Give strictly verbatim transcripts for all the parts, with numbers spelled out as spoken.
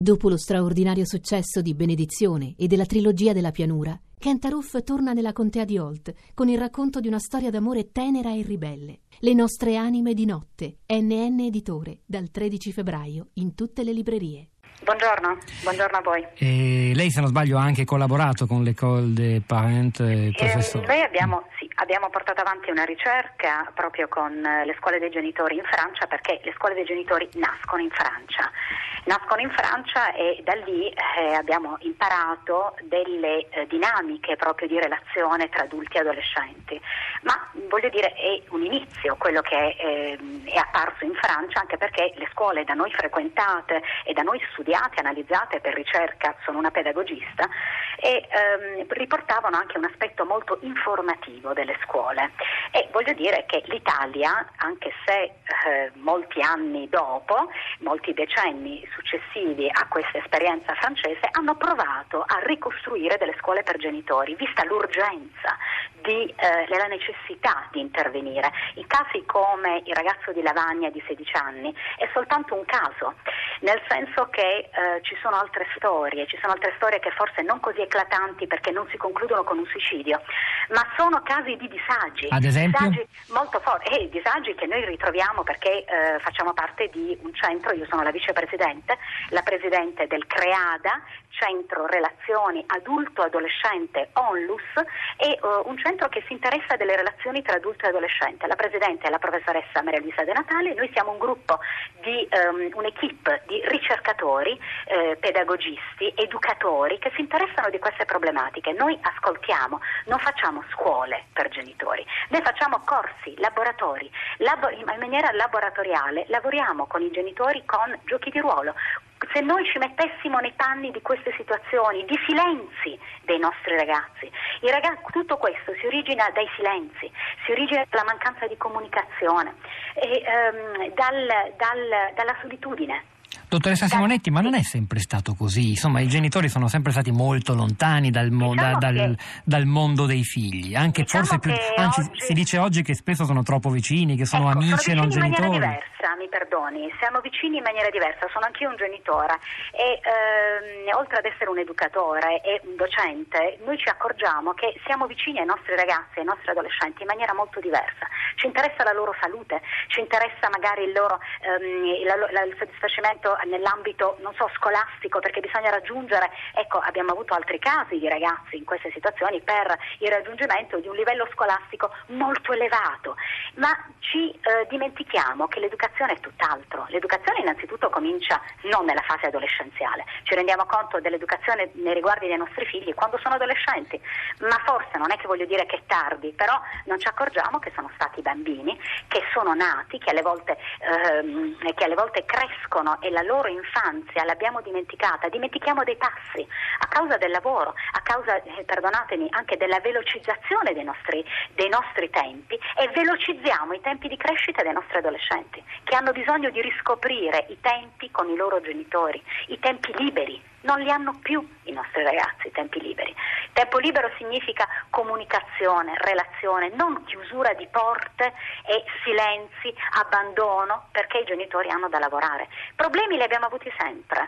Dopo lo straordinario successo di Benedizione e della trilogia della pianura, Kent Aruf torna nella contea di Holt con il racconto di una storia d'amore tenera e ribelle. Le nostre anime di notte, N N Editore, dal tredici febbraio in tutte le librerie. Buongiorno, buongiorno a voi. E lei, se non sbaglio, ha anche collaborato con l'École des Parents, eh, professore. Eh, noi abbiamo, sì, abbiamo portato avanti una ricerca proprio con le scuole dei genitori in Francia, perché le scuole dei genitori nascono in Francia. Nascono in Francia e da lì eh, abbiamo imparato delle eh, dinamiche proprio di relazione tra adulti e adolescenti. Ma voglio dire, è un inizio quello che eh, è apparso in Francia, anche perché le scuole da noi frequentate e da noi studiate, analizzate per ricerca, sono una pedagogista, e ehm, riportavano anche un aspetto molto informativo delle scuole. E voglio dire che l'Italia, anche se eh, molti anni dopo, molti decenni successivi a questa esperienza francese, hanno provato a ricostruire delle scuole per genitori, vista l'urgenza di eh, la necessità di intervenire. I casi come il ragazzo di Lavagna di sedici anni è soltanto un caso, nel senso che eh, ci sono altre storie, ci sono altre storie che forse non così eclatanti perché non si concludono con un suicidio, ma sono casi di disagi. Ad esempio? Disagi molto forti, e eh, disagi che noi ritroviamo perché eh, facciamo parte di un centro, io sono la vicepresidente, la presidente del CREADA, Centro Relazioni Adulto-Adolescente Onlus, e uh, un centro che si interessa delle relazioni tra adulto e adolescente. La presidente è la professoressa Maria Luisa De Natale, noi siamo un gruppo di um, un'equipe di ricercatori, eh, pedagogisti, educatori che si interessano di queste problematiche. Noi ascoltiamo, non facciamo scuole per genitori, noi facciamo corsi, laboratori, labo- in maniera laboratoriale lavoriamo con i genitori con giochi di ruolo. Se noi ci mettessimo nei panni di queste situazioni, di silenzi dei nostri ragazzi, i ragazzi, tutto questo si origina dai silenzi, si origina dalla mancanza di comunicazione, e, um, dal, dal, dalla solitudine. Dottoressa Simonetti, ma non è sempre stato così? Insomma, i genitori sono sempre stati molto lontani dal, mo- diciamo da, dal, che, dal mondo dei figli, anche diciamo forse più, anzi oggi, si dice oggi che spesso sono troppo vicini, che sono ecco, amici e non sono vicini genitori. in maniera diversa, mi perdoni, siamo vicini in maniera diversa, sono anch'io un genitore e ehm, oltre ad essere un educatore e un docente, noi ci accorgiamo che siamo vicini ai nostri ragazzi, ai nostri adolescenti in maniera molto diversa. Ci interessa la loro salute, ci interessa magari il loro ehm, la, la, il soddisfacimento nell'ambito, non so, scolastico, perché bisogna raggiungere, ecco, abbiamo avuto altri casi di ragazzi in queste situazioni per il raggiungimento di un livello scolastico molto elevato, ma ci eh, dimentichiamo che l'educazione è tutt'altro. L'educazione innanzitutto comincia non nella fase adolescenziale, ci rendiamo conto dell'educazione nei riguardi dei nostri figli quando sono adolescenti, ma forse non è che voglio dire che è tardi, però non ci accorgiamo che sono stati bambini, che sono nati, che alle volte, ehm, che alle volte crescono e la loro infanzia l'abbiamo dimenticata, dimentichiamo dei passi a causa del lavoro, a causa, eh, perdonatemi, anche della velocizzazione dei nostri, dei nostri tempi, e velocizziamo i tempi di crescita dei nostri adolescenti che hanno bisogno di riscoprire i tempi con i loro genitori, i tempi liberi. Non li hanno più i nostri ragazzi, i tempi liberi. Tempo libero significa comunicazione, relazione, non chiusura di porte e silenzi, abbandono, perché i genitori hanno da lavorare. Problemi li abbiamo avuti sempre.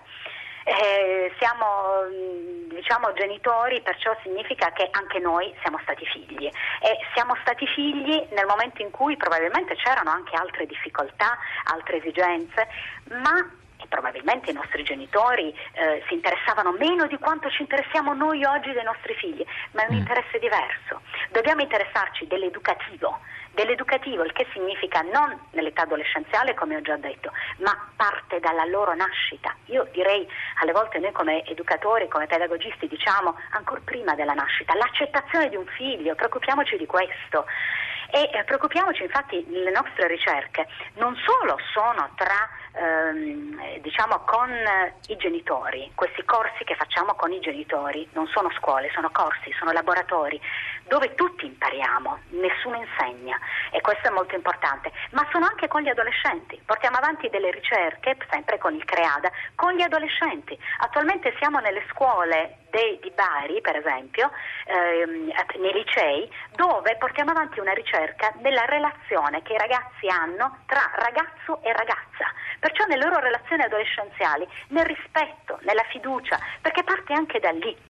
Eh, siamo diciamo genitori, perciò significa che anche noi siamo stati figli, e siamo stati figli nel momento in cui probabilmente c'erano anche altre difficoltà, altre esigenze, ma e probabilmente i nostri genitori eh, si interessavano meno di quanto ci interessiamo noi oggi dei nostri figli, ma è un interesse diverso. Dobbiamo interessarci dell'educativo, dell'educativo, il che significa non nell'età adolescenziale, come ho già detto, ma parte dalla loro nascita. Io direi, alle volte noi come educatori, come pedagogisti diciamo ancora prima della nascita, l'accettazione di un figlio, preoccupiamoci di questo. E eh, preoccupiamoci, infatti, le nostre ricerche non solo sono tra ehm, diciamo con eh, i genitori, questi corsi che facciamo con i genitori non sono scuole, sono corsi, sono laboratori, dove tutti impariamo, nessuno insegna, e questo è molto importante, ma sono anche con gli adolescenti. Portiamo avanti delle ricerche, sempre con il CREADA, con gli adolescenti. Attualmente siamo nelle scuole de, di Bari, per esempio, ehm, nei licei, dove portiamo avanti una ricerca nella relazione che i ragazzi hanno tra ragazzo e ragazza, perciò nelle loro relazioni adolescenziali, nel rispetto, nella fiducia, perché parte anche da lì.